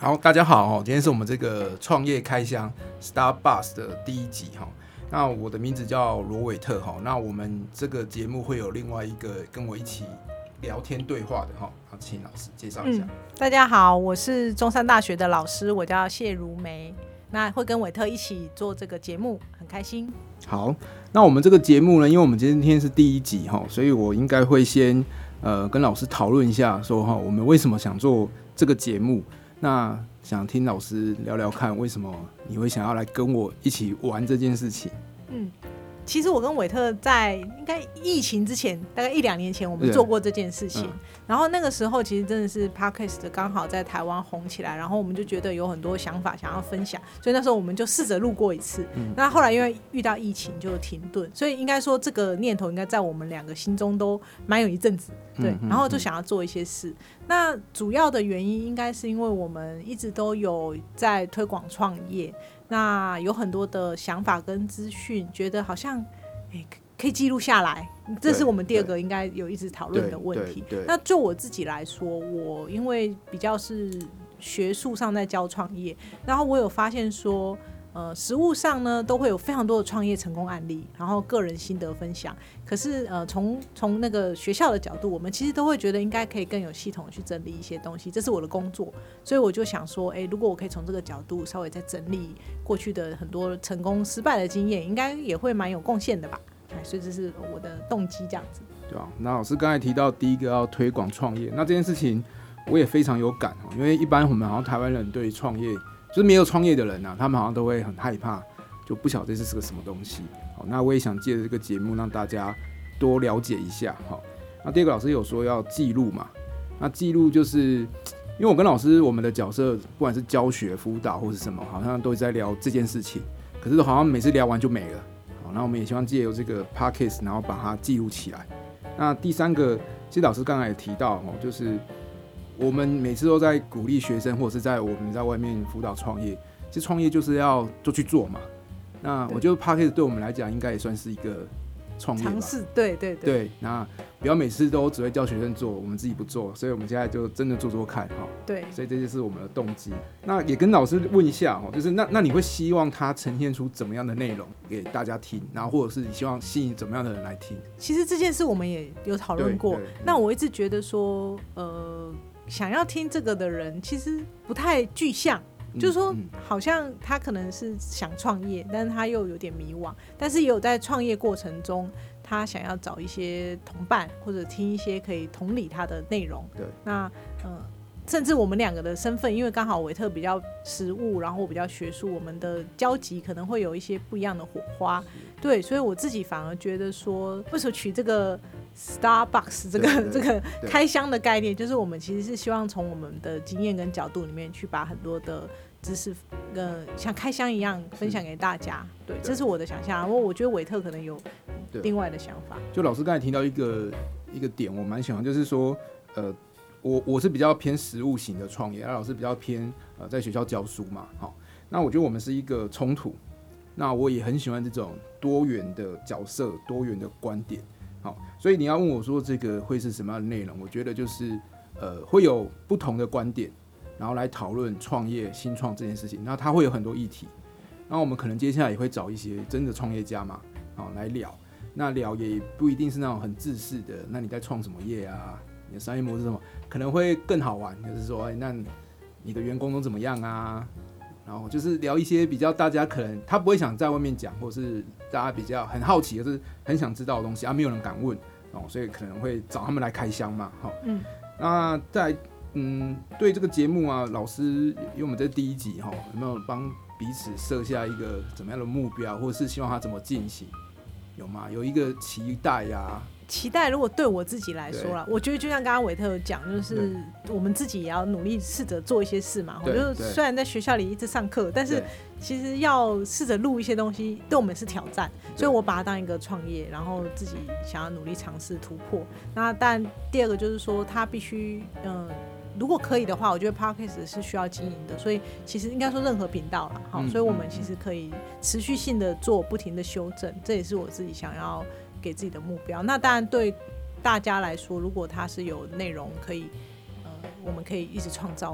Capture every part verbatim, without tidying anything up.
好，大家好，今天是我们这个创业开箱 Start Bus 的第一集。那我的名字叫罗伟特，那我们这个节目会有另外一个跟我一起聊天对话的，请老师介绍一下。 嗯、大家好，我是中山大学的老师，我叫谢如梅，那会跟伟特一起做这个节目，很开心。 好，那我们这个节目呢，因为我们今天是第一集，所以我应该会先、呃、跟老师讨论一下说我们为什么想做这个节目，那想听老师聊聊看为什么你会想要来跟我一起玩这件事情。 嗯，其实我跟伟特在应该疫情之前大概一两年前我们做过这件事情、嗯、然后那个时候其实真的是 Podcast 刚好在台湾红起来，然后我们就觉得有很多想法想要分享，所以那时候我们就试着录过一次、嗯、那后来因为遇到疫情就停顿，所以应该说这个念头应该在我们两个心中都蛮有一阵子，对、嗯、然后就想要做一些事。那主要的原因应该是因为我们一直都有在推广创业，那有很多的想法跟资讯，觉得好像、欸、可以记录下来，这是我们第二个应该有一直讨论的问题。那就我自己来说，我因为比较是学术上在教创业，然后我有发现说呃，实务上呢都会有非常多的创业成功案例，然后个人心得分享，可是呃，从从那个学校的角度，我们其实都会觉得应该可以更有系统的去整理一些东西，这是我的工作，所以我就想说，哎，如果我可以从这个角度稍微再整理过去的很多成功失败的经验，应该也会蛮有贡献的吧，所以这是我的动机这样子。 对啊，那老师刚才提到第一个要推广创业，那这件事情我也非常有感，因为一般我们好像台湾人对创业就是没有创业的人啊，他们好像都会很害怕，就不晓得这是个什么东西。好，那我也想借着这个节目让大家多了解一下。好，那第二个老师有说要记录嘛，那记录就是因为我跟老师我们的角色，不管是教学、辅导或是什么，好像都在聊这件事情，可是好像每次聊完就没了。好，那我们也希望借由这个 podcast， 然后把它记录起来。那第三个，其实老师刚才也提到，就是我们每次都在鼓励学生，或者是在我们在外面辅导创业，其实创业就是要就去做嘛。那我觉得 Podcast 对我们来讲，应该也算是一个创业吧，尝试，对对 对, 对。那不要每次都只会叫学生做，我们自己不做，所以我们现在就真的做做看哈。 对， 所以这就是我们的动机。那也跟老师问一下，就是那那你会希望他呈现出怎么样的内容给大家听，然后或者是你希望吸引怎么样的人来听？ 其实这件事我们也有讨论过。那我一直觉得说，呃。想要听这个的人其实不太具象，嗯、就是说好像他可能是想创业，但是他又有点迷惘，但是也有在创业过程中他想要找一些同伴或者听一些可以同理他的内容。 对， 那呃甚至我们两个的身份，因为刚好伟特比较实务，然后我比较学术，我们的交集可能会有一些不一样的火花。对，所以我自己反而觉得说，为什么取这个 Starbucks 这个这个开箱的概念，就是我们其实是希望从我们的经验跟角度里面去把很多的知识呃像开箱一样分享给大家。对，这是我的想象。然后我觉得伟特可能有另外的想法。 就老师刚才提到一个一个点，我蛮喜欢，就是说呃。我, 我是比较偏实务型的创业，老师比较偏、呃、在学校教书嘛。好，那我觉得我们是一个冲突。那我也很喜欢这种多元的角色、多元的观点。好，所以你要问我说这个会是什么样的内容？我觉得就是呃会有不同的观点，然后来讨论创业、新创这件事情。那它会有很多议题。那我们可能接下来也会找一些真的创业家嘛，好来聊。那聊也不一定是那种很自私的。那你在创什么业啊？你的商业模式是什么？可能会更好玩，就是说，哎，那你的员工都怎么样啊？然后就是聊一些比较大家可能他不会想在外面讲，或是大家比较很好奇，就是很想知道的东西啊，没有人敢问哦，所以可能会找他们来开箱嘛，好、哦，嗯，那在嗯对这个节目啊，老师因为我们这第一集哈、哦，有没有帮彼此设下一个怎么样的目标，或者是希望他怎么进行？有吗？有一个期待呀、啊？ 期待如果对我自己来说啦，我觉得就像刚刚伟特有讲，就是我们自己也要努力试着做一些事嘛。我就虽然在学校里一直上课，但是其实要试着录一些东西，对我们是挑战，所以我把它当一个创业，然后自己想要努力尝试突破。那但第二个就是说，他必须嗯、呃，如果可以的话，我觉得 Podcast 是需要经营的，所以其实应该说任何频道啦，好、嗯，所以我们其实可以持续性的做，不停的修正，这也是我自己想要给自己的目标。那当然对大家来说，如果它是有内容可以、呃、我们可以一直创造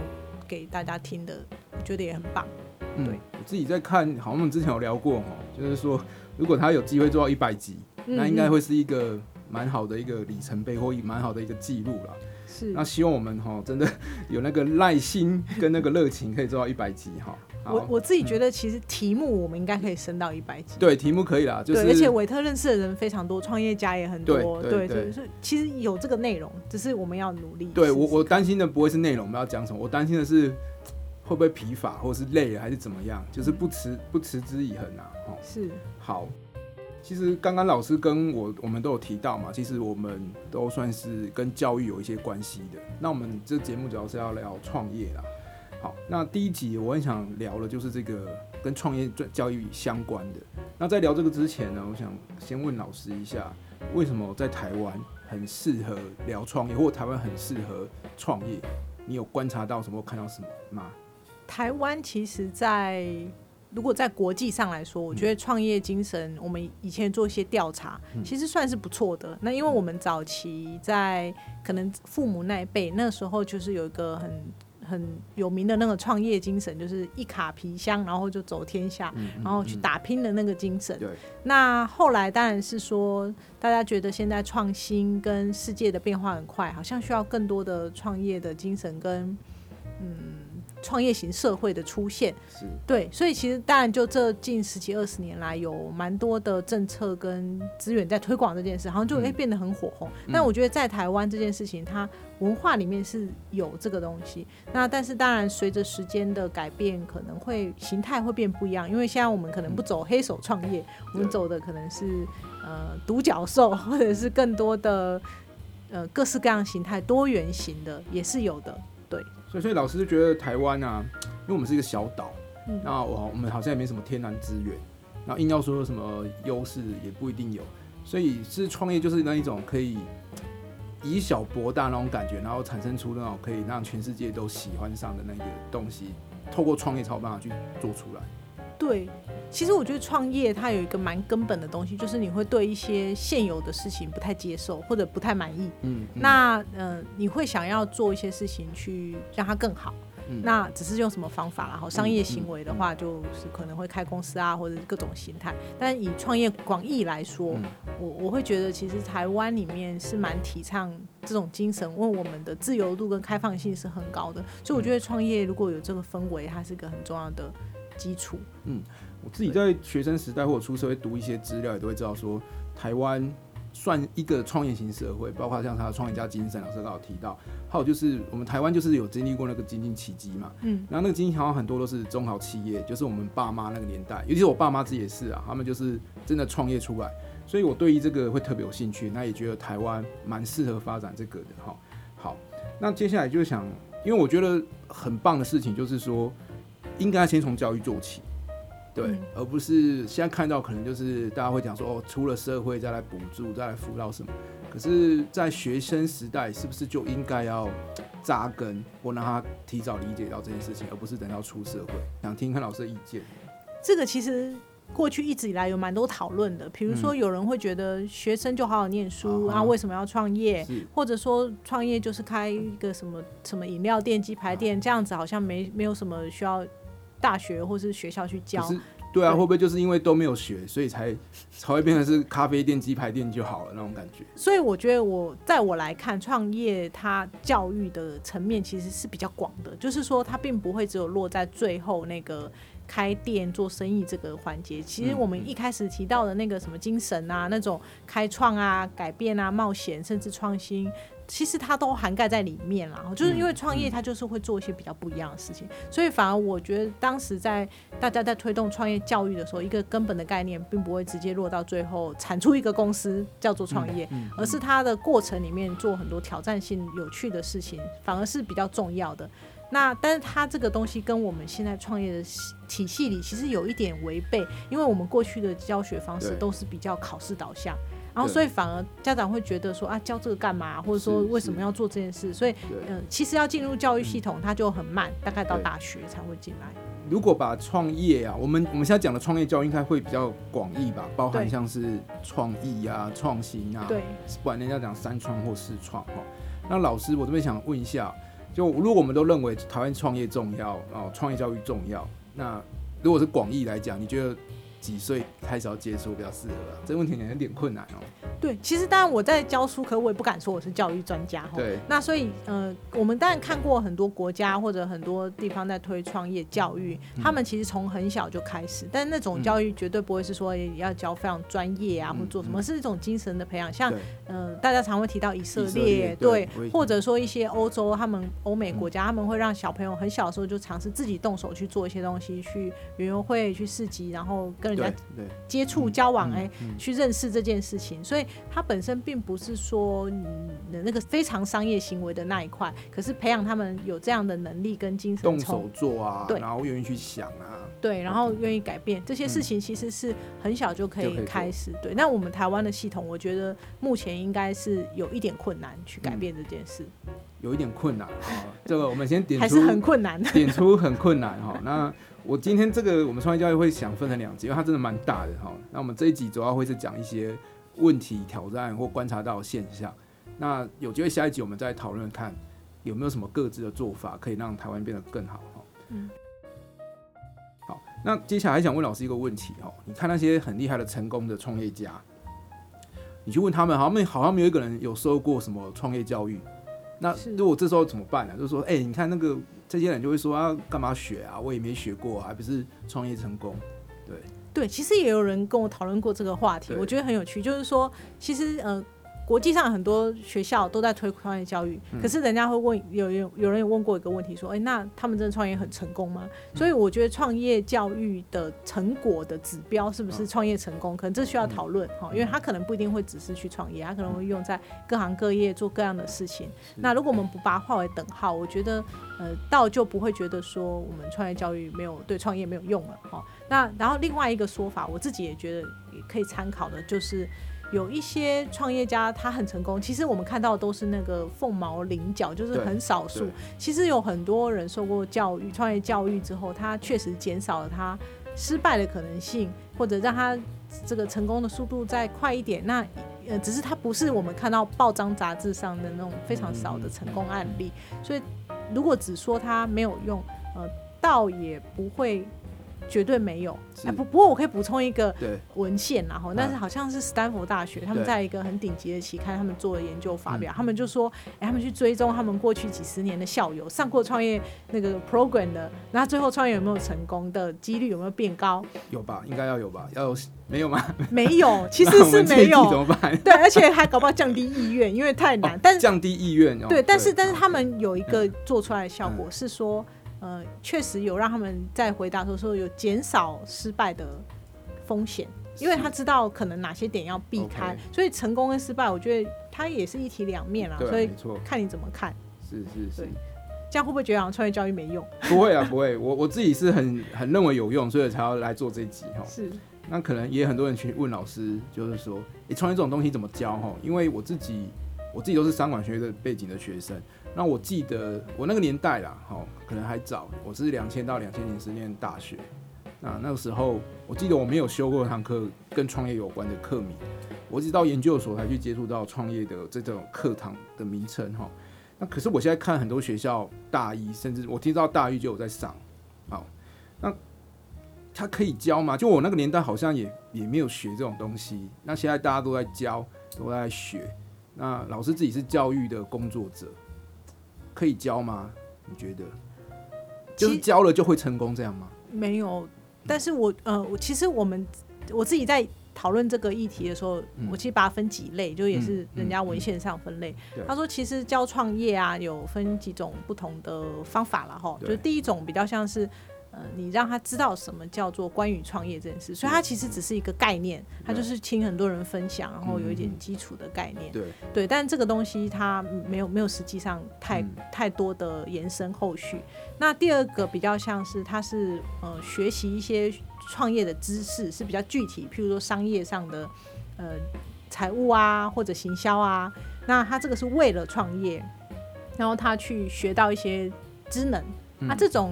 给大家听的，我觉得也很棒。 嗯， 对， 我自己在看，好像我们之前有聊过，就是说如果他有机会做到一百集， 嗯、 那应该会是一个蛮好的一个里程碑，或蛮好的一个记录啦。 是， 那希望我们哈真的有那个耐心跟那个热情，可以做到一百集哈。 我我自己觉得，其实题目我们应该可以升到一百集。 对，题目可以啦，就是对，而且韦特认识的人非常多，创业家也很多。 对对 对, 对， 所以其实有这个内容，只是我们要努力。 对我我担心的不会是内容我们要讲什么，我担心的是会不会疲乏，或是累了，还是怎么样，就是不持、嗯、不持之以恒啊。哦， 是。 好。其实刚刚老师跟我我们都有提到嘛，其实我们都算是跟教育有一些关系的。那我们这节目主要是要聊创业啦。好，那第一集我很想聊的就是这个跟创业教育相关的。那在聊这个之前呢，我想先问老师一下，为什么在台湾很适合聊创业，或者台湾很适合创业？你有观察到什么，看到什么吗？ 台湾其实在如果在国际上来说，我觉得创业精神，我们以前做一些调查，其实算是不错的。那因为我们早期在可能父母那一辈，那时候就是有一个很很有名的那个创业精神，就是一卡皮箱，然后就走天下，然后去打拼的那个精神。 对。 那后来当然是说，大家觉得现在创新跟世界的变化很快，好像需要更多的创业的精神跟嗯。创业型社会的出现， 是对，所以其实当然就这近十几二十年来，有蛮多的政策跟资源在推广这件事，好像就哎、嗯欸、变得很火红。嗯、但我觉得在台湾这件事情，它文化里面是有这个东西。那但是当然随着时间的改变，可能会形态会变不一样，因为现在我们可能不走黑手创业，嗯、我们走的可能是呃独角兽，或者是更多的呃各式各样形态、多元型的也是有的，对。 所以，所以老师就觉得台湾啊，因为我们是一个小岛， 嗯、 那我我们好像也没什么天然资源，然后硬要说有什么优势也不一定有，所以是创业就是那一种可以以小博大那种感觉，然后产生出那种可以让全世界都喜欢上的那个东西，透过创业才有办法去做出来。 对，其实我觉得创业它有一个蛮根本的东西，就是你会对一些现有的事情不太接受或者不太满意， 嗯，嗯那呃你会想要做一些事情去让它更好，嗯、那只是用什么方法啦？好，商业行为的话，就是可能会开公司啊，或者各种形态。但以创业广义来说，嗯、我我会觉得其实台湾里面是蛮提倡这种精神，因为我们的自由度跟开放性是很高的，所以我觉得创业如果有这个氛围，它是个很重要的基础。 嗯，我自己在学生时代或者出社会读一些资料，也都会知道说，台湾算一个创业型社会，包括像他的创业家精神，老师刚好提到，还有就是我们台湾就是有经历过那个经济奇迹嘛，嗯，然后那个经济好像很多都是中小企业，就是我们爸妈那个年代，尤其是我爸妈自己也是啊，他们就是真的创业出来，所以我对于这个会特别有兴趣，那也觉得台湾蛮适合发展这个的哈。好，那接下来就想，因为我觉得很棒的事情就是说，应该先从教育做起。对，嗯、而不是现在看到可能就是大家会讲说哦，出了社会再来补助，再来辅导什么。可是，在学生时代，是不是就应该要扎根，或让他提早理解到这件事情，而不是等到出社会？想听看老师的意见。 这个其实过去一直以来有蛮多讨论的，比如说有人会觉得学生就好好念书，然后、嗯啊、为什么要创业？或者说创业就是开一个什么什么饮料店、鸡排店，这样子好像没没有什么需要大学或是学校去教。 对啊，会不会就是因为都没有学，所以才才会变成是咖啡店、鸡排店就好了那种感觉？ 所以我觉得我在我来看，创业它教育的层面其实是比较广的，就是说它并不会只有落在最后那个开店做生意这个环节。其实我们一开始提到的那个什么精神啊，那种开创啊、改变啊、冒险，甚至创新。其实它都涵盖在里面啦，就是因为创业它就是会做一些比较不一样的事情，所以反而我觉得当时在大家在推动创业教育的时候，一个根本的概念并不会直接落到最后产出一个公司叫做创业，而是它的过程里面做很多挑战性有趣的事情，反而是比较重要的。那但是它这个东西跟我们现在创业的体系里其实有一点违背，因为我们过去的教学方式都是比较考试导向，然后所以反而家长会觉得说啊，教这个干嘛，或者说为什么要做这件事，所以嗯，其实要进入教育系统它就很慢，大概到大学才会进来。 如果把创业啊，我们我们现在讲的创业教育应该会比较广义吧，包含像是创意啊、创新啊， 对， 不然人家讲三创或四创哈。那老师，我这边想问一下， 就如果我们都认为台湾创业重要，哦，创业教育重要，那如果是广义来讲，你觉得几岁开始要接触比较适合啊？这个问题有点困难哦。 对，其实当然我在教书，可我也不敢说我是教育专家。 对， 那所以呃，我们当然看过很多国家或者很多地方在推创业教育，嗯、他们其实从很小就开始，但那种教育绝对不会是说要教非常专业啊，嗯、或做什么，是一种精神的培养。像呃，大家常会提到以色列，以色列对，对或者说一些欧洲，他们欧美国家，嗯、他们会让小朋友很小的时候就尝试自己动手去做一些东西，去园游会、去市集，然后跟人家接触、交往，哎、嗯嗯嗯，去认识这件事情，所以它本身并不是说你的那个非常商业行为的那一块，可是培养他们有这样的能力跟精神， 动手做啊，对，然后愿意去想啊， 对，然后愿意改变这些事情，其实是很小就可以开始。对，那我们台湾的系统，我觉得目前应该是有一点困难去改变这件事，嗯、 有一点困难啊、哦。这个我们先点出， 还是很困难， 点出很困难哈、哦。那我今天这个我们创业教育会想分成两集，因为它真的蛮大的哈、哦。那我们这一集主要会是讲一些问题、挑战或观察到的现象。那有机会下一集我们再讨论看有没有什么各自的做法可以让台湾变得更好。嗯，好，那接下来还想问老师一个问题哦，你看那些很厉害的成功的创业家，你去问他们，好像好像没有一个人有受过什么创业教育。那如果这时候怎么办呢、啊？就是说，哎、欸，你看那个这些人就会说啊，干嘛学啊？我也没学过、啊，还不是创业成功？对对，其实也有人跟我讨论过这个话题，我觉得很有趣，就是说，其实呃。国际上很多学校都在推创业教育，嗯、可是人家会问，有有有人有问过一个问题，说，哎、欸，那他们真的创业很成功吗？嗯、所以我觉得创业教育的成果的指标是不是创业成功，嗯、可能这需要讨论哈，因为他可能不一定会只是去创业，他可能会用在各行各业做各样的事情。那如果我们不把它划为等号，我觉得呃，倒就不会觉得说我们创业教育没有对创业没有用了哈。那然后另外一个说法，我自己也觉得也可以参考的，就是。有一些创业家他很成功，其实我们看到的都是那个凤毛麟角，就是很少数。其实有很多人受过教育，创业教育之后，他确实减少了他失败的可能性，或者让他这个成功的速度再快一点。那呃，只是他不是我们看到报章杂志上的那种非常少的成功案例。所以如果只说他没有用，呃，倒也不会。绝对没有、啊、不, 不过我可以补充一个文献啦，但是好像是斯坦福大学他们在一个很顶级的期刊他们做了研究发表，他们就说、欸、他们去追踪他们过去几十年的校友上过创业那个 program 的，然后最后创业有没有成功的几率有没有变高？ 有吧，应该要有吧，要有没有吗？ 没有，其实是没有。 怎么办？ 对，而且还搞不好降低意愿，因为太难。哦、但是降低意愿、哦、 对，但是但是他们有一个做出来的效果是说。呃，确实有让他们在回答的时候有减少失败的风险，因为他知道可能哪些点要避开， okay. 所以成功跟失败，我觉得它也是一体两面啦，所以看你怎么看。 是是是， 这样会不会觉得好像创业教育没用？ 不会啊，不会，我我自己是很很认为有用，所以才要来做这一集哈。 是， 那可能也很多人去问老师，就是说，哎，创业这种东西怎么教哈？因为我自己我自己都是商管学的背景的学生。那我记得我那个年代啦，可能还早，我是两千到两千零十念大学。那那个时候，我记得我没有修过一堂课跟创业有关的课名，我一直到研究所才去接触到创业的这种课堂的名称哈。那可是我现在看很多学校大一，甚至我听到大一就有在上，好，那他可以教吗？就我那个年代好像也也没有学这种东西。那现在大家都在教，都在学。那老师自己是教育的工作者。可以教吗？你觉得就是教了就会成功这样吗？ 没有，但是我呃，我其实我们我自己在讨论这个议题的时候，嗯、我其实把它分几类，就也是人家文献上分类。嗯嗯、他说，其实教创业啊，有分几种不同的方法啦齁，就是第一种比较像是。呃，你让他知道什么叫做关于创业这件事，所以它其实只是一个概念，它就是听很多人分享，然后有一点基础的概念。对对，但这个东西它没有没有实际上太、嗯、太多的延伸后续。那第二个比较像是它是呃学习一些创业的知识，是比较具体，譬如说商业上的呃财务啊或者行销啊，那他这个是为了创业，然后他去学到一些知能，那、嗯啊、这种。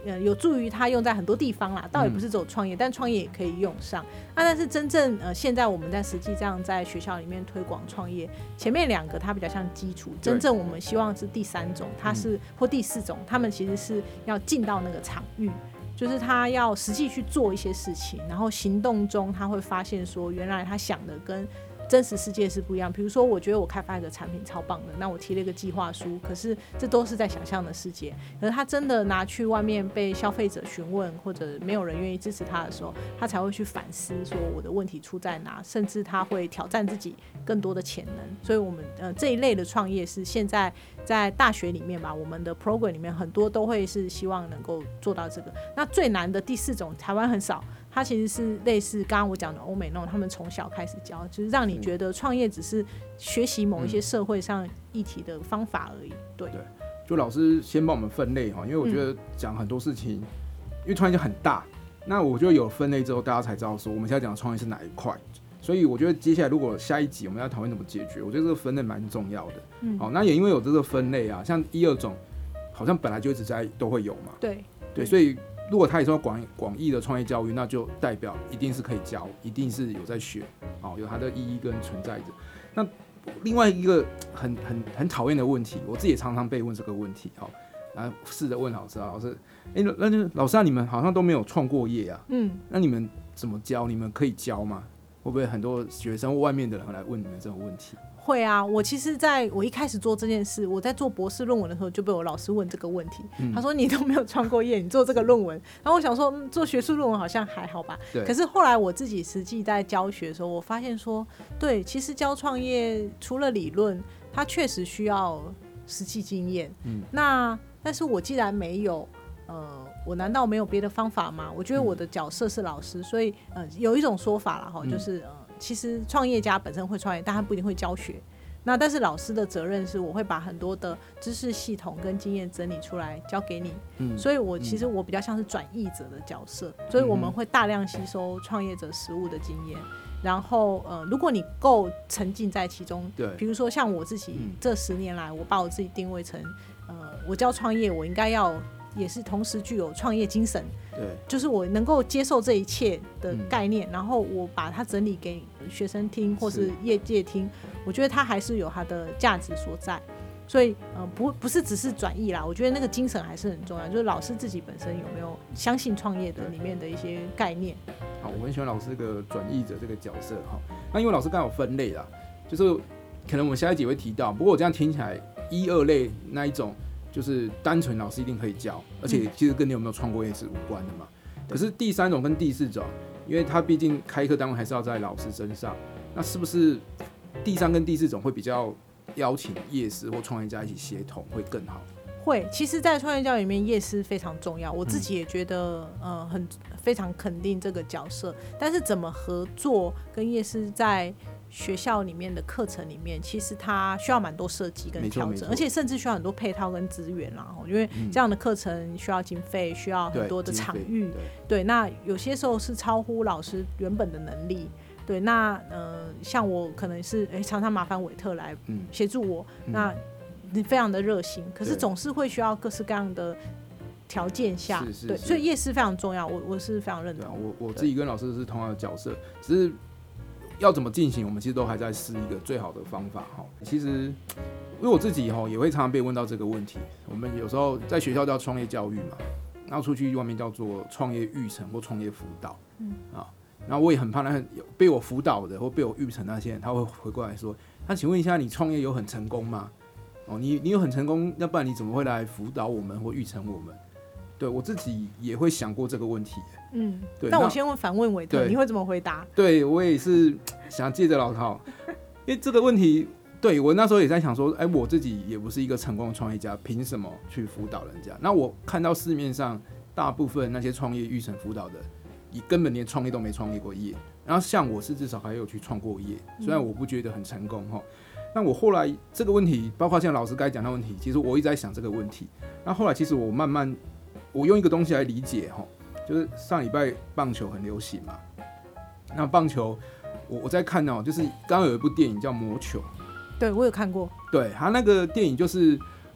呃有助于他用在很多地方啦，倒也不是只有创业，嗯、但创业也可以用上。啊，但是真正呃现在我们在实际这样在学校里面推广创业，前面两个它比较像基础，真正我们希望是第三种，它是、嗯、或第四种，他们其实是要进到那个场域。就是他要实际去做一些事情，然后行动中他会发现说，原来他想的跟真实世界是不一样。比如说，我觉得我开发一个产品超棒的，那我提了一个计划书，可是这都是在想象的世界。可是他真的拿去外面被消费者询问，或者没有人愿意支持他的时候，他才会去反思说我的问题出在哪，甚至他会挑战自己更多的潜能。所以我们呃这一类的创业是现在在大学里面吧，我们的 program 里面很多都会是希望能够做到这个。那最难的第四种，台湾很少。它其实是类似刚刚我讲的欧美那种，他们从小开始教，就是让你觉得创业只是学习某一些社会上议题的方法而已。对，对， 就老师先帮我们分类哈，因为我觉得讲很多事情，嗯、因为创业就很大，那我觉得有分类之后，大家才知道说我们现在讲的创业是哪一块。所以我觉得接下来如果下一集我们要讨论怎么解决，我觉得这个分类蛮重要的。嗯，好，那也因为有这个分类啊，像一二种好像本来就一直在都会有嘛。 对对，所以。如果他也说广广义的创业教育，那就代表一定是可以教，一定是有在学，哦，有它的意义跟存在着。那另外一个很很很讨厌的问题，我自己也常常被问这个问题，好、哦，然后试着问老师啊，老师，哎、欸，那老师啊，你们好像都没有创过业啊，嗯，那你们怎么教？你们可以教吗？会不会很多学生或外面的人来问你们这种问题？ 会啊，我其实在我一开始做这件事，我在做博士论文的时候就被我老师问这个问题，嗯、他说你都没有创过业，你做这个论文，然后我想说、嗯、做学术论文好像还好吧，可是后来我自己实际在教学的时候，我发现说，对，其实教创业除了理论，它确实需要实际经验，嗯，那但是我既然没有。呃，我难道没有别的方法吗？我觉得我的角色是老师，所以呃，有一种说法啦，哈，就是呃，其实创业家本身会创业，但他不一定会教学。那但是老师的责任是，我会把很多的知识系统跟经验整理出来教给你。嗯，所以我其实我比较像是转译者的角色，所以我们会大量吸收创业者实务的经验。然后呃，如果你够沉浸在其中，对，比如说像我自己、嗯、这十年来，我把我自己定位成呃，我教创业，我应该要。也是同时具有创业精神，对，就是我能够接受这一切的概念，嗯、然后我把它整理给学生听，或是业界听，我觉得它还是有它的价值所在。所以，呃，不不是只是转译啦，我觉得那个精神还是很重要。就是老师自己本身有没有相信创业的里面的一些概念。 好，我很喜欢老师这个转译者这个角色哈。那因为老师刚好有分类啦，就是可能我们下一集会提到，不过我这样听起来，一二类那一种。就是单纯老师一定可以教，而且其实跟你有没有创过业是无关的嘛。可是第三种跟第四种，因为他毕竟开课单位还是要在老师身上，那是不是第三跟第四种会比较邀请业师或创业家一起协同会更好？ 会，其实，在创业教育里面，业师非常重要。我自己也觉得，嗯、呃，很非常肯定这个角色。但是怎么合作，跟业师在学校里面的课程里面，其实它需要蛮多设计跟调整，而且甚至需要很多配套跟资源啦。因为这样的课程需要经费，需要很多的场域。对，对，那有些时候是超乎老师原本的能力。对，那呃，像我可能是哎、欸、常常麻烦韦特来协助我，嗯、那你非常的热心，可是总是会需要各式各样的条件下，是是是对，所以业师非常重要，我我是非常认同。 啊、我我自己跟老师是同样的角色，只是要怎么进行，我们其实都还在试一个最好的方法哈。其实因为我自己哈也会常常被问到这个问题，我们有时候在学校叫创业教育嘛，然后出去外面叫做创业育成或创业辅导，嗯啊。然后我也很怕那被我辅导的或被我育成那些人，他会回过来说：“那请问一下，你创业有很成功吗？哦，你你有很成功，要不然你怎么会来辅导我们或育成我们？”对我自己也会想过这个问题。 嗯，对。但我先问反问韦特，你会怎么回答？ 对我也是想借着老套，因为这个问题，对我那时候也在想说，哎，我自己也不是一个成功的创业家，凭什么去辅导人家？那我看到市面上大部分那些创业育成辅导的。你根本连创业都没创业过业，然后像我是至少还有去创过业，虽然我不觉得很成功哈。那我后来这个问题，包括像老师刚才讲的问题，其实我一直在想这个问题。那后来其实我慢慢，我用一个东西来理解哈，就是上礼拜棒球很流行嘛。那棒球，我我在看哦，就是刚刚有一部电影叫《魔球》， 对我有看过。 对，他那个电影就是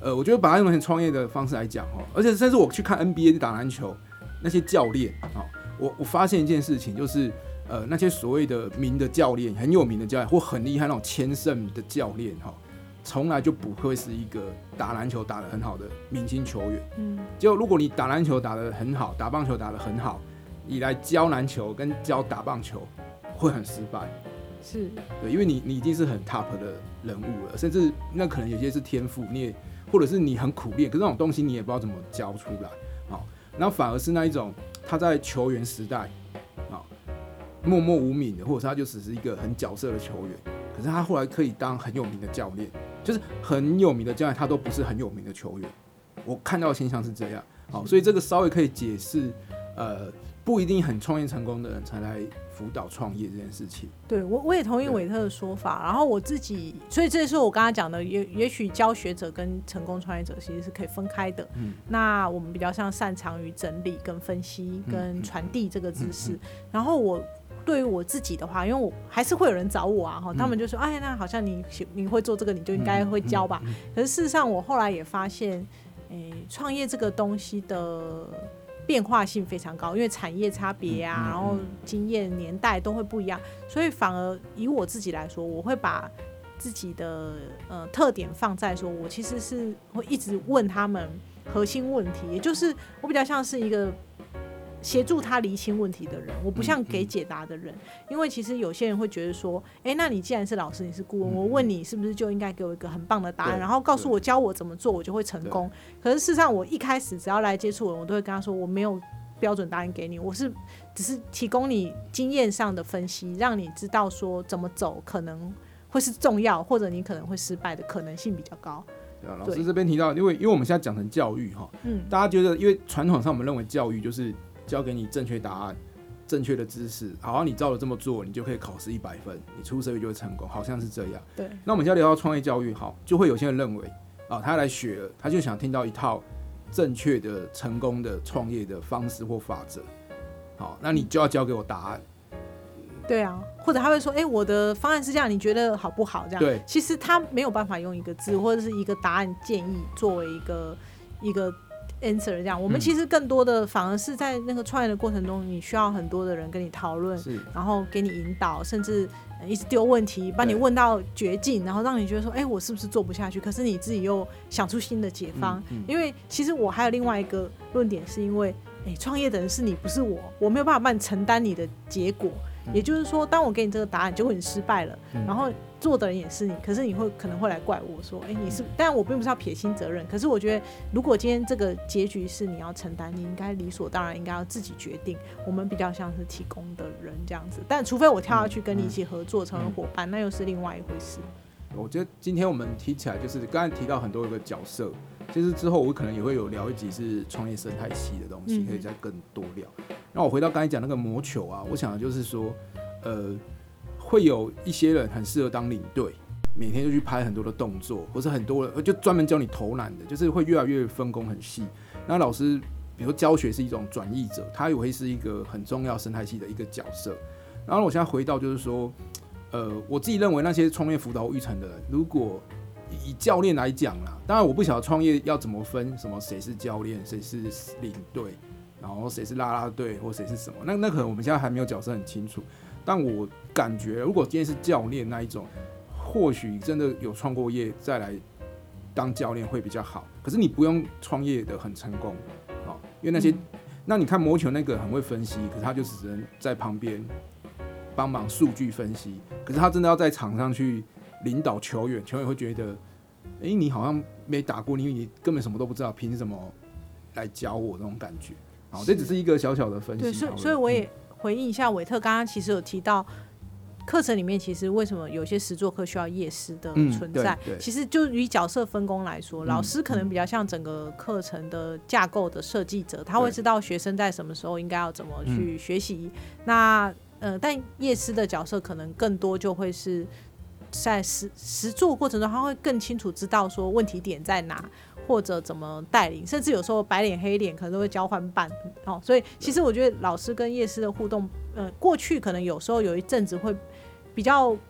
呃，我觉得把它用成创业的方式来讲哦，而且甚至我去看 N B A 打篮球那些教练哦，我我发现一件事情就是。呃，那些所谓的名的教练，很有名的教练，或很厉害那种千胜的教练，哈，从来就不会是一个打篮球打得很好的明星球员。嗯，就如果你打篮球打得很好，打棒球打得很好，你来教篮球跟教打棒球会很失败。 是， 对，因为你你已经是很 top 的人物了，甚至那可能有些是天赋，你也或者是你很苦练，可是那种东西你也不知道怎么教出来。好，然后反而是那一种他在球员时代。默默无名的，或者是他就只是一个很角色的球员，可是他后来可以当很有名的教练，就是很有名的教练，他都不是很有名的球员。我看到的现象是这样，好，所以这个稍微可以解释，呃，不一定很创业成功的人才来辅导创业这件事情。 对，我我也同意韦特的说法，然后我自己，所以这是我刚才讲的，也也许教学者跟成功创业者其实是可以分开的。嗯，那我们比较像擅长于整理、跟分析、跟传递这个知识，嗯嗯嗯、然后我。对于我自己的话，因为我还是会有人找我啊，他们就说，哎，那好像你你会做这个，你就应该会教吧。可是事实上，我后来也发现，诶，创业这个东西的变化性非常高，因为产业差别啊，然后经验年代都会不一样，所以反而以我自己来说，我会把自己的呃特点放在说，我其实是会一直问他们核心问题，也就是我比较像是一个。协助他厘清问题的人，我不像给解答的人，因为其实有些人会觉得说，哎，那你既然是老师，你是顾问，我问你是不是就应该给我一个很棒的答案，然后告诉我教我怎么做，我就会成功。可是事实上，我一开始只要来接触人，我都会跟他说，我没有标准答案给你，我是只是提供你经验上的分析，让你知道说怎么走可能会是重要，或者你可能会失败的可能性比较高。 对啊，老师这边提到，因为因为我们现在讲成教育哈，嗯，大家觉得，因为传统上我们认为教育就是教给你正确答案、正确的知识，好，你照着这么做，你就可以考试一百分，你出社会就会成功，好像是这样。 对。 那我们现在聊到创业教育，好，就会有些人认为，啊，他来学了，他就想听到一套正确的、成功的创业的方式或法则，好，那你就要教给我答案。 对啊，或者他会说，哎、欸，我的方案是这样，你觉得好不好？这样。 对。 其实他没有办法用一个字或者是一个答案建议作为一个一个。answer 这样，我们其实更多的反而是在那个创业的过程中，你需要很多的人跟你讨论，然后给你引导，甚至一直丢问题，把你问到绝境，然后让你觉得说，哎、欸，我是不是做不下去？可是你自己又想出新的解方。嗯嗯、因为其实我还有另外一个论点，是因为，哎、欸，创业的人是你，不是我，我没有办法帮你承担你的结果。嗯、也就是说，当我给你这个答案，结果你失败了，嗯、然后。做的人也是你，可是你会可能会来怪我说，哎、欸，你是，但我并不是要撇清责任。可是我觉得，如果今天这个结局是你要承担，你应该理所当然应该要自己决定。我们比较像是提供的人这样子，但除非我跳下去跟你一起合作成为伙伴，嗯嗯、那又是另外一回事。 我觉得今天我们提起来，就是刚才提到很多个角色，其实之后我可能也会有聊一集是创业生态系的东西，嗯、可以再更多聊。那我回到刚才讲那个魔球啊，我想的就是说，呃。会有一些人很适合当领队，每天就去拍很多的动作，或是很多人就专门教你投篮的，就是会越来越分工很细。那老师，比如说教学是一种转译者，他也会是一个很重要生态系的一个角色。然后我现在回到就是说，呃，我自己认为那些创业辅导育成的人，如果以教练来讲啦，当然我不晓得创业要怎么分，什么谁是教练，谁是领队，然后谁是啦啦队，或谁是什么，那那可能我们现在还没有角色很清楚。但我感觉，如果今天是教练那一种，或许真的有创过业再来当教练会比较好。可是你不用创业的很成功，哦，因为那些，嗯、那你看魔球那个很会分析，可是他就只能在旁边帮忙数据分析。可是他真的要在场上去领导球员，球员会觉得，哎、欸，你好像没打过，因为你根本什么都不知道，凭什么来教我这种感觉？好，这只是一个小小的分析。 对，所以所以我也。嗯回应一下韦特刚刚其实有提到课程里面其实为什么有些实作课需要业师的存在， 嗯、 其实就以角色分工来说，嗯、老师可能比较像整个课程的架构的设计者，他会知道学生在什么时候应该要怎么去学习。那呃，但业师的角色可能更多就会是在实实作过程中，他会更清楚知道说问题点在哪。或者怎么带领，甚至有时候白脸黑脸可能都会交换伴，哦，所以其实我觉得老师跟业师的互动，呃，过去可能有时候有一阵子会比较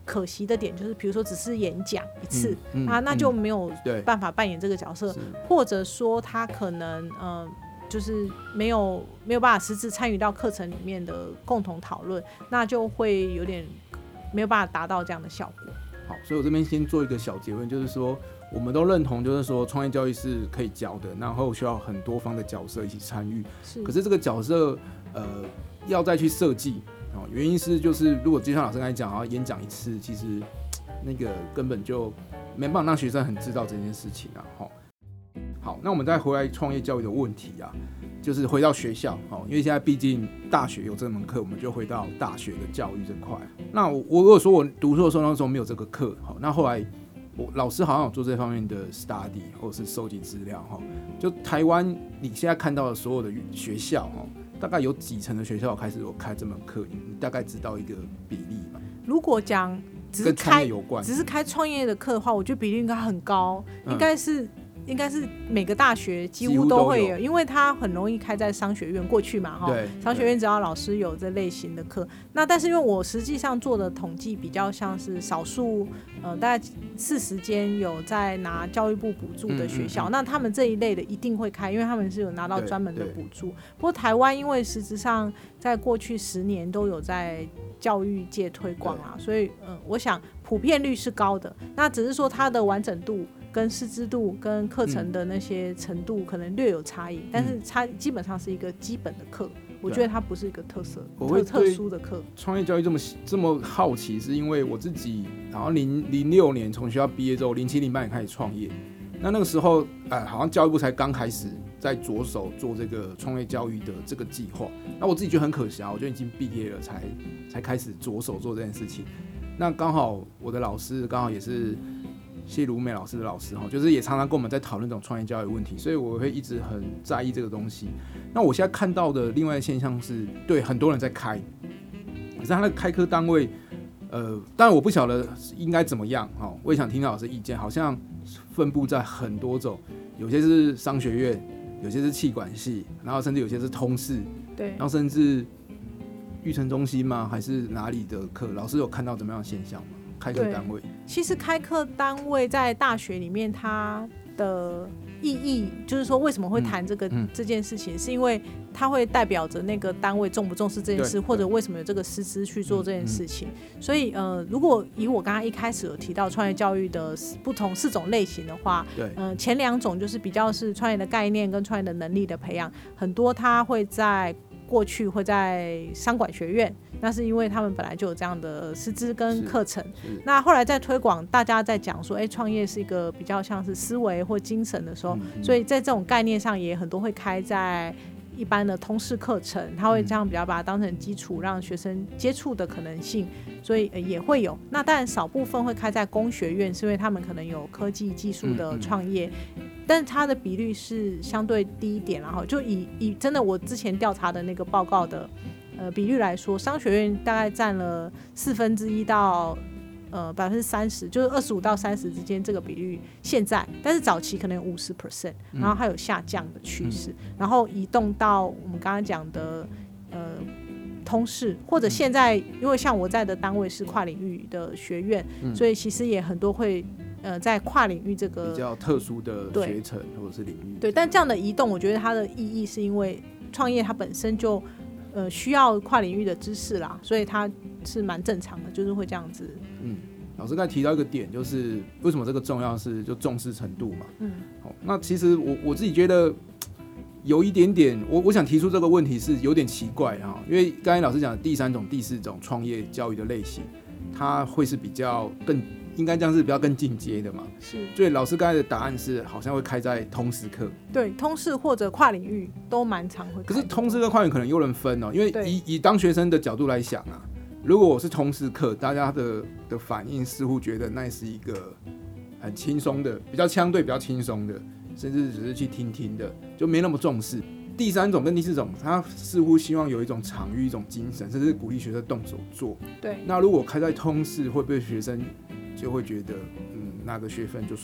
可惜的点就是，比如说只是演讲一次、 嗯嗯、 啊，那就没有办法扮演这个角色， 嗯、 或者说他可能呃。就是没有没有办法实质参与到课程里面的共同讨论，那就会有点没有办法达到这样的效果。 好，所以我这边先做一个小结论，就是说我们都认同，就是说创业教育是可以教的，然后需要很多方的角色一起参与。 是， 可是这个角色呃要再去设计、哦、原因是就是如果就像老师刚才讲，然后演讲一次，其实那个根本就没办法让学生很知道这件事情啊。哦好，那我们再回来创业教育的问题啊，就是回到学校，因为现在毕竟大学有这门课，我们就回到大学的教育这块。那我我如果说我读书的时候那时候没有这个课，那后来我老师好像有做这方面的 study 或者是收集资料，就台湾你现在看到的所有的学校，大概有几成的学校开始有开这门课，你大概知道一个比例吗？ 如果讲只是开只是开创业的课的话，我觉得比例应该很高，应该是。嗯应该是每个大学几乎都会 有, 有，因为它很容易开在商学院过去嘛， 对， 商学院只要老师有这类型的课，那但是因为我实际上做的统计比较像是少数，呃，大概四十间有在拿教育部补助的学校，嗯嗯嗯，那他们这一类的一定会开，因为他们是有拿到专门的补助。不过台湾因为实质上在过去十年都有在教育界推广啊，所以嗯、呃，我想普遍率是高的，那只是说它的完整度跟师资度跟课程的那些程度可能略有差异、嗯、但是它基本上是一个基本的课，我觉得它不是一个特色特特殊的课。 创业教育这么这么好奇，是因为我自己然后零零六年从学校毕业之后，零七零八年开始创业，那那个时候呃好像教育部才刚开始在着手做这个创业教育的这个计划，那我自己觉得很可惜啊，我就已经毕业了才才开始着手做这件事情。那刚好我的老师刚好也是谢如美老师的老师，就是也常常跟我们在讨论这种创业教育问题，所以我会一直很在意这个东西。那我现在看到的另外的现象是，对很多人在开，可是他的开课单位，呃，当然我不晓得应该怎么样，我也想听到老师意见，好像分布在很多种，有些是商学院，有些是企管系，然后甚至有些是通识， 对， 然后甚至育成中心吗？还是哪里的课？老师有看到怎么样的现象吗？开课单位， 其实开课单位在大学里面，它的意义就是说，为什么会谈这个、嗯嗯、这件事情，是因为它会代表着那个单位重不重视这件事，或者为什么有这个师资去做这件事情。嗯、所以呃，如果以我刚刚一开始有提到创业教育的不同四种类型的话， 对， 呃，前两种就是比较是创业的概念跟创业的能力的培养，很多它会在过去会在商管学院，那是因为他们本来就有这样的师资跟课程。那后来在推广，大家在讲说，哎、欸，创业是一个比较像是思维或精神的时候、嗯，所以在这种概念上也很多会开在一般的通识课程，他会这样比较把它当成基础，让学生接触的可能性，所以、呃、也会有。那当然少部分会开在工学院，是因为他们可能有科技技术的创业。嗯嗯，但是它的比率是相对低一点，然后就以以真的我之前调查的那个报告的呃比率来说，商学院大概占了四分之一到呃百分之三十，就是二十五到三十之间这个比率现在，但是早期可能有五十 percent， 然后它有下降的趋势、嗯，然后移动到我们刚刚讲的呃通识，或者现在因为像我在的单位是跨领域的学院、嗯，所以其实也很多会。呃，在跨领域这个比较特殊的学程或者是领域， 对，但这样的移动，我觉得它的意义是因为创业它本身就呃需要跨领域的知识啦，所以它是蛮正常的，就是会这样子。 嗯，老师刚才提到一个点，就是为什么这个重要是就重视程度嘛。嗯，好，那其实我我自己觉得有一点点，我我想提出这个问题是有点奇怪啊，因为刚才老师讲的第三种、第四种创业教育的类型，它会是比较更。应该这样是比较更进阶的嘛？是。所以老师刚才的答案是，好像会开在通识课。 对，通识或者跨领域都蛮常会开。 可是通识跟跨领域可能有人分哦，因为以以当学生的角度来想啊，如果我是通识课，大家的的反应似乎觉得那是一个很轻松的，比较相对比较轻松的，甚至只是去听听的，就没那么重视。第三种跟第四种，他似乎希望有一种场域、一种精神，甚至鼓励学生动手做。 对。 那如果开在通识，会不会学生就会觉得，嗯，那个学分就算了，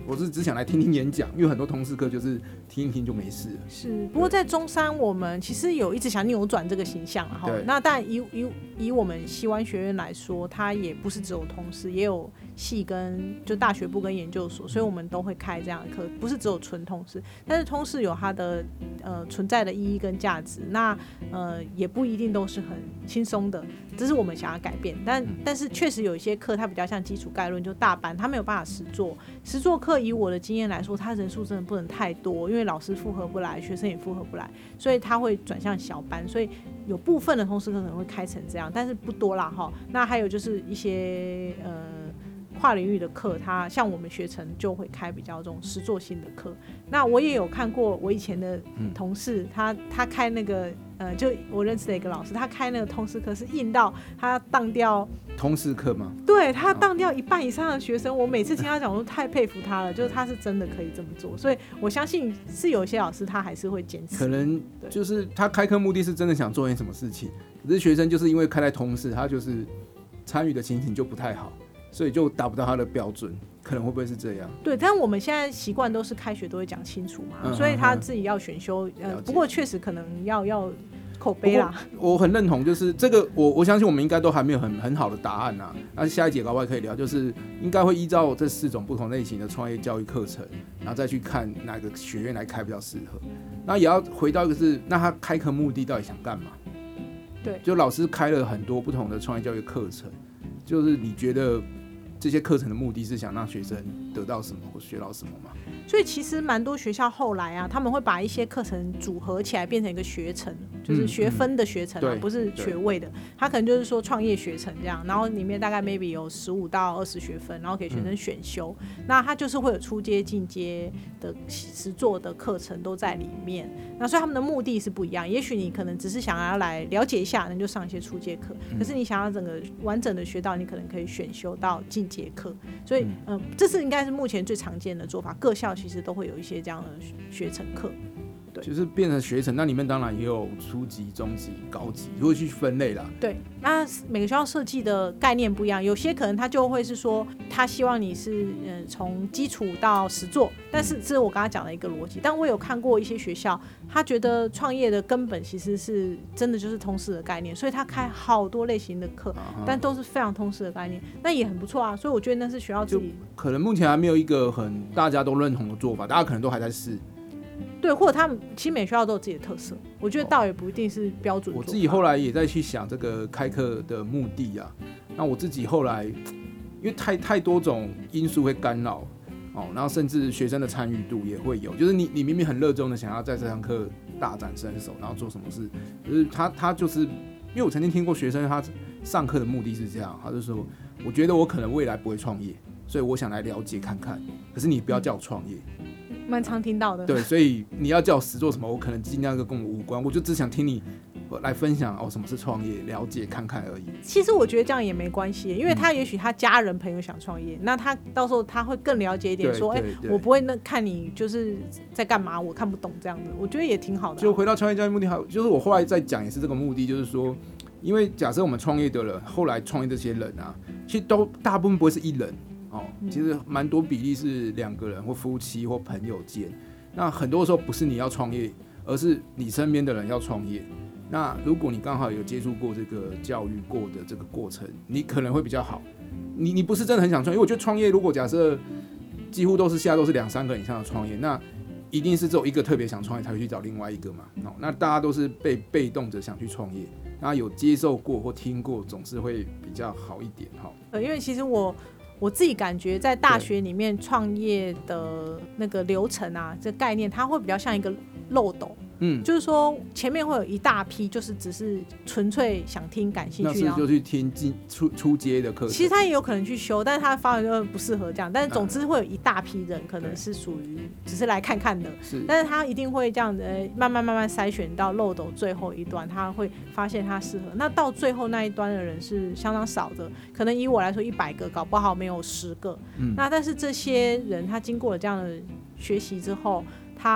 我是只想来听听演讲，因为很多通识课就是听一听就没事了。 是，不过在中山我们其实有一直想扭转这个形象，那当然以以以我们西湾学院来说，它也不是只有通识，也有系跟就大学部跟研究所，所以我们都会开这样的课，不是只有纯通识，但是通识有它的呃存在的意义跟价值，那呃也不一定都是很轻松的，这是我们想要改变，但但是确实有一些课它比较像基础概论，就大班，它没有办法实作，实作课以我的经验来说，它人数真的不能太多，因为老师负荷不来，学生也负荷不来，所以它会转向小班，所以有部分的通识课可能会开成这样，但是不多啦哈。那还有就是一些呃跨领域的课，它像我们学程就会开比较这种实作性的课。那我也有看过我以前的同事，他他开那个呃，就我认识的一个老师，他开那个通识课是硬到他当掉通识课吗？ 对，他当掉一半以上的学生，我每次听他讲，我都太佩服他了，就是他是真的可以这么做，所以我相信是有些老师他还是会坚持， 可能就是他开课目的是真的想做点什么事情，可是学生就是因为开在通识，他就是参与的情形就不太好，所以就达不到他的标准，可能会不会是这样？ 对，但我们现在习惯都是开学都会讲清楚嘛，嗯、所以他自己要选修，呃，不过确实可能要要口碑啦。 我很认同，就是这个我我相信我们应该都还没有很很好的答案啊。那下一节搞不好可以聊，就是应该会依照这四种不同类型的创业教育课程，然后再去看哪个学院来开比较适合。那也要回到一个是，那他开课目的到底想干嘛？ 对， 就老师开了很多不同的创业教育课程，就是你觉得这些课程的目的是想让学生得到什么或学到什么吗？ 所以其实蛮多学校后来啊，他们会把一些课程组合起来变成一个学程，就是学分的学程啊，嗯嗯、不是学位的。他可能就是说创业学程这样，然后里面大概 maybe 有十五到二十学分，然后给学生选修。嗯、那他就是会有初阶、进阶的实作的课程都在里面。那所以他们的目的是不一样。也许你可能只是想要来了解一下，那就上一些初阶课。可是你想要整个完整的学到，你可能可以选修到进阶课。所以，嗯、呃，这是应该是目前最常见的做法。各校其实都会有一些这样的学程课，对， 就是变成学程。那里面当然也有初级、中级、高级，如果去分类啦。 对，那每个学校设计的概念不一样，有些可能他就会是说，他希望你是呃从基础到实作，但是这是我刚才讲的一个逻辑。但我有看过一些学校，他觉得创业的根本其实是真的就是通识的概念，所以他开好多类型的课，但都是非常通识的概念，那也很不错啊。所以我觉得那是学校自己可能目前还没有一个很大家都认同的做法，大家可能都还在试。 对，或者他们其实每学校都有自己的特色，我觉得倒也不一定是标准做法。 我自己后来也在去想这个开课的目的啊，那我自己后来因为太太多种因素会干扰哦，然后甚至学生的参与度也会有，就是你你明明很热衷的想要在这堂课大展身手，然后做什么事，就是他他就是因为我曾经听过学生他上课的目的是这样，他就说我觉得我可能未来不会创业，所以我想来了解看看，可是你不要叫我创业。 蛮常听到的， 对，所以你要叫我实做什么，我可能尽量跟我无关，我就只想听你来分享哦，什么是创业，了解看看而已。 其实我觉得这样也没关系，因为他也许他家人朋友想创业，嗯、那他到时候他会更了解一点，说，哎、欸，我不会那看你就是在干嘛，我看不懂这样子，我觉得也挺好的、啊。 就回到创业教育目的，还有就是我后来在讲也是这个目的，就是说，因为假设我们创业的人，后来创业这些人啊，其实都大部分不会是一人。哦，其实蛮多比例是两个人或夫妻或朋友间，那很多时候不是你要创业，而是你身边的人要创业。那如果你刚好有接触过这个教育过的这个过程，你可能会比较好。你你不是真的很想创业，因为我觉得创业如果假设几乎都是现在都是两三个以上的创业，那一定是只有一个特别想创业才会去找另外一个嘛。哦，那大家都是被被动着想去创业，那有接受过或听过，总是会比较好一点哈。 呃，因为其实我。我自己感觉在大学里面创业的那个流程啊，这概念它会比较像一个漏斗，嗯，就是说前面会有一大批，就是只是纯粹想听、感兴趣， 那是就去听初初阶的课程。 其实他也有可能去修，但是他发现就不适合这样。但是总之会有一大批人，可能是属于只是来看看的，是，但是他一定会这样子慢慢慢慢筛选到漏斗最后一端，他会发现他适合。那到最后那一端的人是相当少的，可能以我来说一百个，搞不好没有十个。嗯，那但是这些人他经过了这样的学习之后，他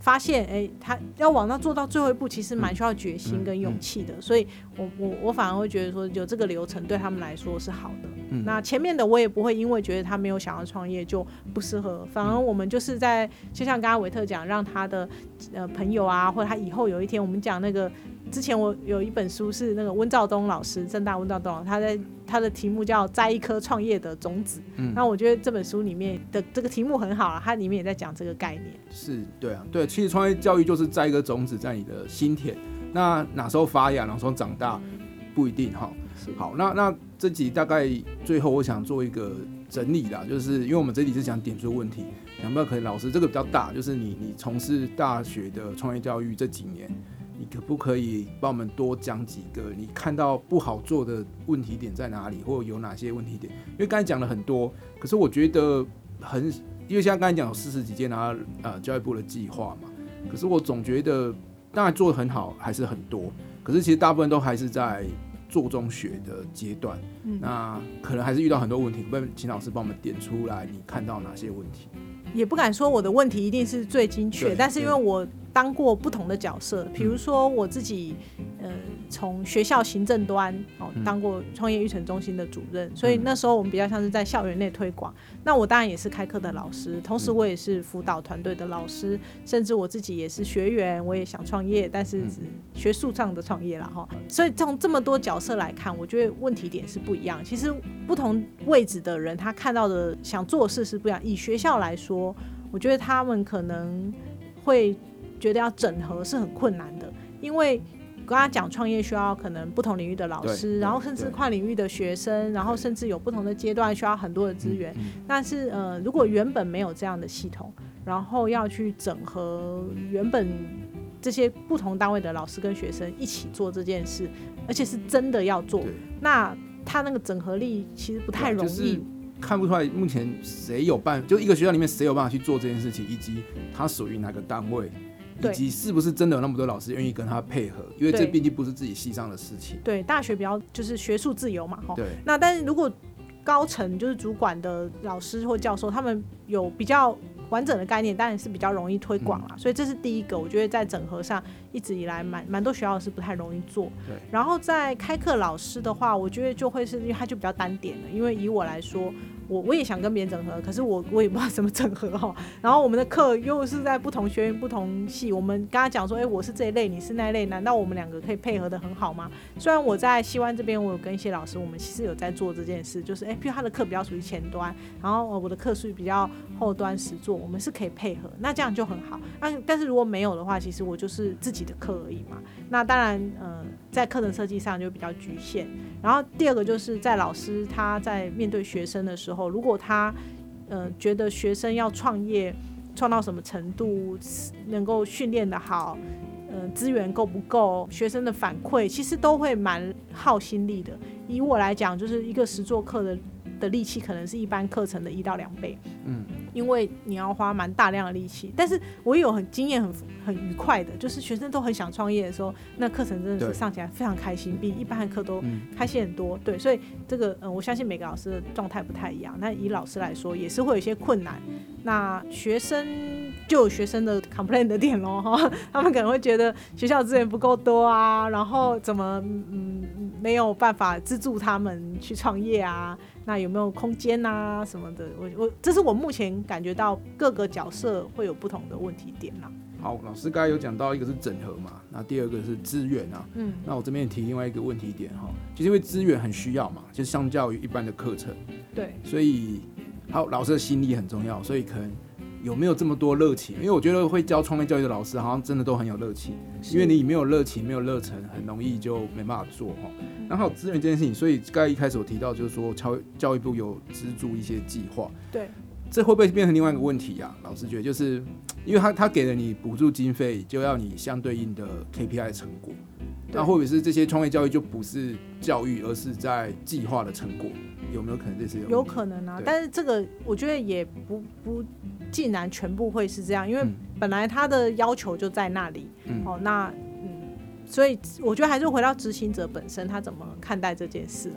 发现，哎、欸，他要往那做到最后一步，其实蛮需要决心跟勇气的。嗯嗯、所以我我我反而会觉得说，有这个流程对他们来说是好的。嗯、那前面的我也不会因为觉得他没有想要创业就不适合，反而我们就是在就像刚刚维特讲，让他的呃朋友啊，或者他以后有一天，我们讲那个之前我有一本书是那个温兆东老师，政大温兆东老师，他在他的题目叫摘一颗创业的种子。嗯，那我觉得这本书里面的这个题目很好啊，它里面也在讲这个概念。 是，对啊，对，其实创业教育就是摘一个种子在你的心田，那哪时候发芽，哪时候长大不一定哈。好，那那这集大概最后我想做一个整理啦，就是因为我们这集是讲点出问题，想不到可能老师这个比较大，就是你你从事大学的创业教育这几年，你可不可以帮我们多讲几个你看到不好做的问题点在哪里，或者有哪些问题点？因为刚才讲了很多，可是我觉得很，因为像刚才讲有四十几件啊，呃，教育部的计划嘛，可是我总觉得当然做得很好，还是很多，可是其实大部分都还是在做中学的阶段，嗯、那可能还是遇到很多问题，可不可以请老师帮我们点出来，你看到哪些问题？ 也不敢说我的问题一定是最精确，但是因为我当过不同的角色，比如说我自己，呃，从学校行政端哦当过创业育成中心的主任，所以那时候我们比较像是在校园内推广。那我当然也是开课的老师，同时我也是辅导团队的老师，甚至我自己也是学员，我也想创业，但是学术上的创业啦哈。所以从这么多角色来看，我觉得问题点是不一样。其实不同位置的人，他看到的想做的事是不一样。以学校来说，我觉得他们可能会觉得要整合是很困难的，因为刚刚讲创业需要可能不同领域的老师，然后甚至跨领域的学生，然后甚至有不同的阶段需要很多的资源。嗯嗯、但是呃，如果原本没有这样的系统，然后要去整合原本这些不同单位的老师跟学生一起做这件事，而且是真的要做，那他那个整合力其实不太容易。就是看不出来目前谁有办法，就一个学校里面谁有办法去做这件事情，以及他属于哪个单位，以及是不是真的有那么多老师愿意跟他配合，因为这毕竟不是自己系上的事情。 对，大学比较就是学术自由嘛，对。那但是如果高层就是主管的老师或教授，他们有比较完整的概念，当然是比较容易推广啦、嗯。所以这是第一个，我觉得在整合上一直以来蛮蛮多学校是不太容易做。对。然后在开课老师的话，我觉得就会是因为他就比较单点了，因为以我来说。我, 我也想跟别人整合，可是我我也不知道怎么整合哈。然后我们的课又是在不同学院、不同系，我们刚刚讲说，哎、欸，我是这一类，你是那一类，难道我们两个可以配合得很好吗？虽然我在西湾这边，我有跟一些老师，我们其实有在做这件事，就是哎、欸，譬如他的课比较属于前端，然后我的课属于比较后端实作，我们是可以配合，那这样就很好。那但是如果没有的话，其实我就是自己的课而已嘛。那当然，呃，在课程设计上就比较局限。然后第二个就是在老师他在面对学生的时候，如果他呃觉得学生要创业创到什么程度，能够训练得好，呃资源够不够，学生的反馈其实都会蛮耗心力的。以我来讲，就是一个实作课的的力气可能是一般课程的一到两倍，嗯，因为你要花蛮大量的力气。但是我也有很经验很很愉快的，就是学生都很想创业的时候，那课程真的是上起来非常开心，比一般的课都开心很多。对，所以这个呃，我相信每个老师的状态不太一样。那以老师来说，也是会有一些困难。那学生就有学生的 complain 的点咯，哈，他们可能会觉得学校资源不够多啊，然后怎么嗯没有办法资助他们去创业啊？那有没有空间啊什么的？我我这是我目前感觉到各个角色会有不同的问题点啦。 好，老师刚才有讲到一个是整合嘛，那第二个是资源啊。嗯，那我这边也提另外一个问题点哈，就是因为资源很需要嘛，就是相较于一般的课程， 对， 所以好老师的心力很重要，所以可能有没有这么多热情？因为我觉得会教创业教育的老师好像真的都很有热情，因为你没有热情、没有热忱，很容易就没办法做哈。然后还有资源这件事情，所以刚才一开始我提到就是说，教教育部有资助一些计划， 对， 这会不会变成另外一个问题啊？老师觉得，就是因为他他给了你补助经费，就要你相对应的 K P I 的成果，那会不会是这些创业教育就不是教育，而是在计划的成果？有没有可能这是有？ 有可能啊，但是这个我觉得也不不尽然全部会是这样，因为本来他的要求就在那里，嗯、哦，那嗯，所以我觉得还是回到执行者本身，他怎么看待这件事啊？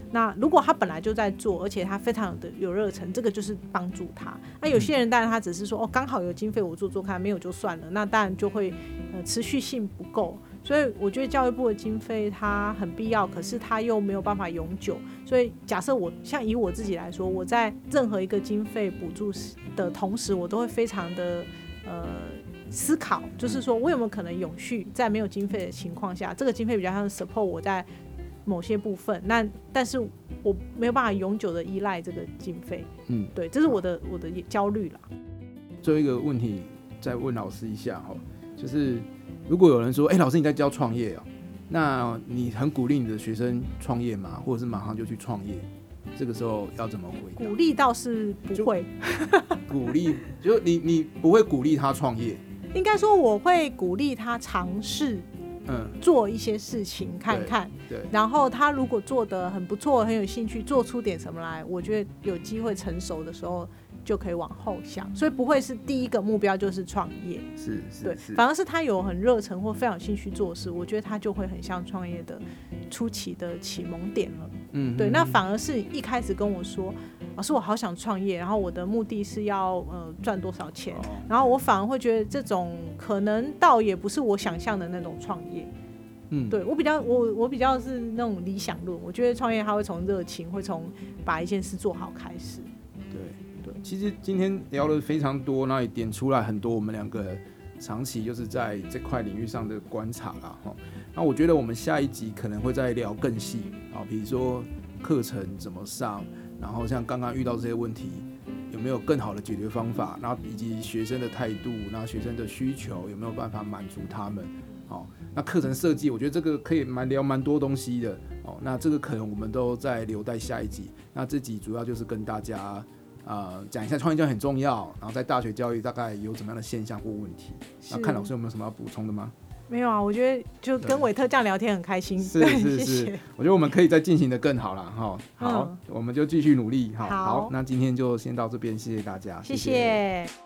那如果他本来就在做，而且他非常的有热忱，这个就是帮助他。那有些人当然他只是说哦，刚好有经费我做做看，没有就算了，那当然就会呃持续性不够。所以我觉得教育部的经费它很必要，可是它又没有办法永久。所以假设我像以我自己来说，我在任何一个经费补助的同时，我都会非常的呃思考，就是说我有没有可能永续在没有经费的情况下，这个经费比较像 support 我在某些部分，那但是我没有办法永久的依赖这个经费。嗯，对，这是我的我的焦虑啦。 最后一个问题再问老师一下哈，就是如果有人说，哎、欸，老师你在教创业哦、喔，那你很鼓励你的学生创业吗？或者是马上就去创业？这个时候要怎么回答？ 鼓励倒是不会， 鼓励就你你不会鼓励他创业， 应该说我会鼓励他尝试。嗯，做一些事情看看，对，对，然后他如果做得很不错，很有兴趣，做出点什么来，我觉得有机会成熟的时候就可以往后想，所以不会是第一个目标就是创业， 是是， 对，反而是他有很热忱或非常有兴趣做事，我觉得他就会很像创业的初期的启蒙点了。嗯，对，那反而是一开始跟我说，老师我好想创业，然后我的目的是要呃赚多少钱，哦，然后我反而会觉得这种可能倒也不是我想象的那种创业。嗯，对，我比较我我比较是那种理想论，我觉得创业它会从热情，会从把一件事做好开始。 对对，其实今天聊了非常多，那也点出来很多我们两个长期就是在这块领域上的观察啦。那我觉得我们下一集可能会再聊更细啊，比如说课程怎么上，然后像刚刚遇到这些问题有没有更好的解决方法，然后以及学生的态度，然后学生的需求有没有办法满足他们。哦，那课程设计，我觉得这个可以蛮聊蛮多东西的哦。那这个可能我们都在留待下一集。那这集主要就是跟大家呃讲一下创业教育很重要，然后在大学教育大概有怎么样的现象或问题。那看老师有没有什么要补充的吗？ 没有啊，我觉得就跟伟特这样聊天很开心。 是是是，谢谢，我觉得我们可以再进行的更好啦哈。好，嗯，我们就继续努力。好，好，那今天就先到这边，谢谢大家， 谢谢。谢谢。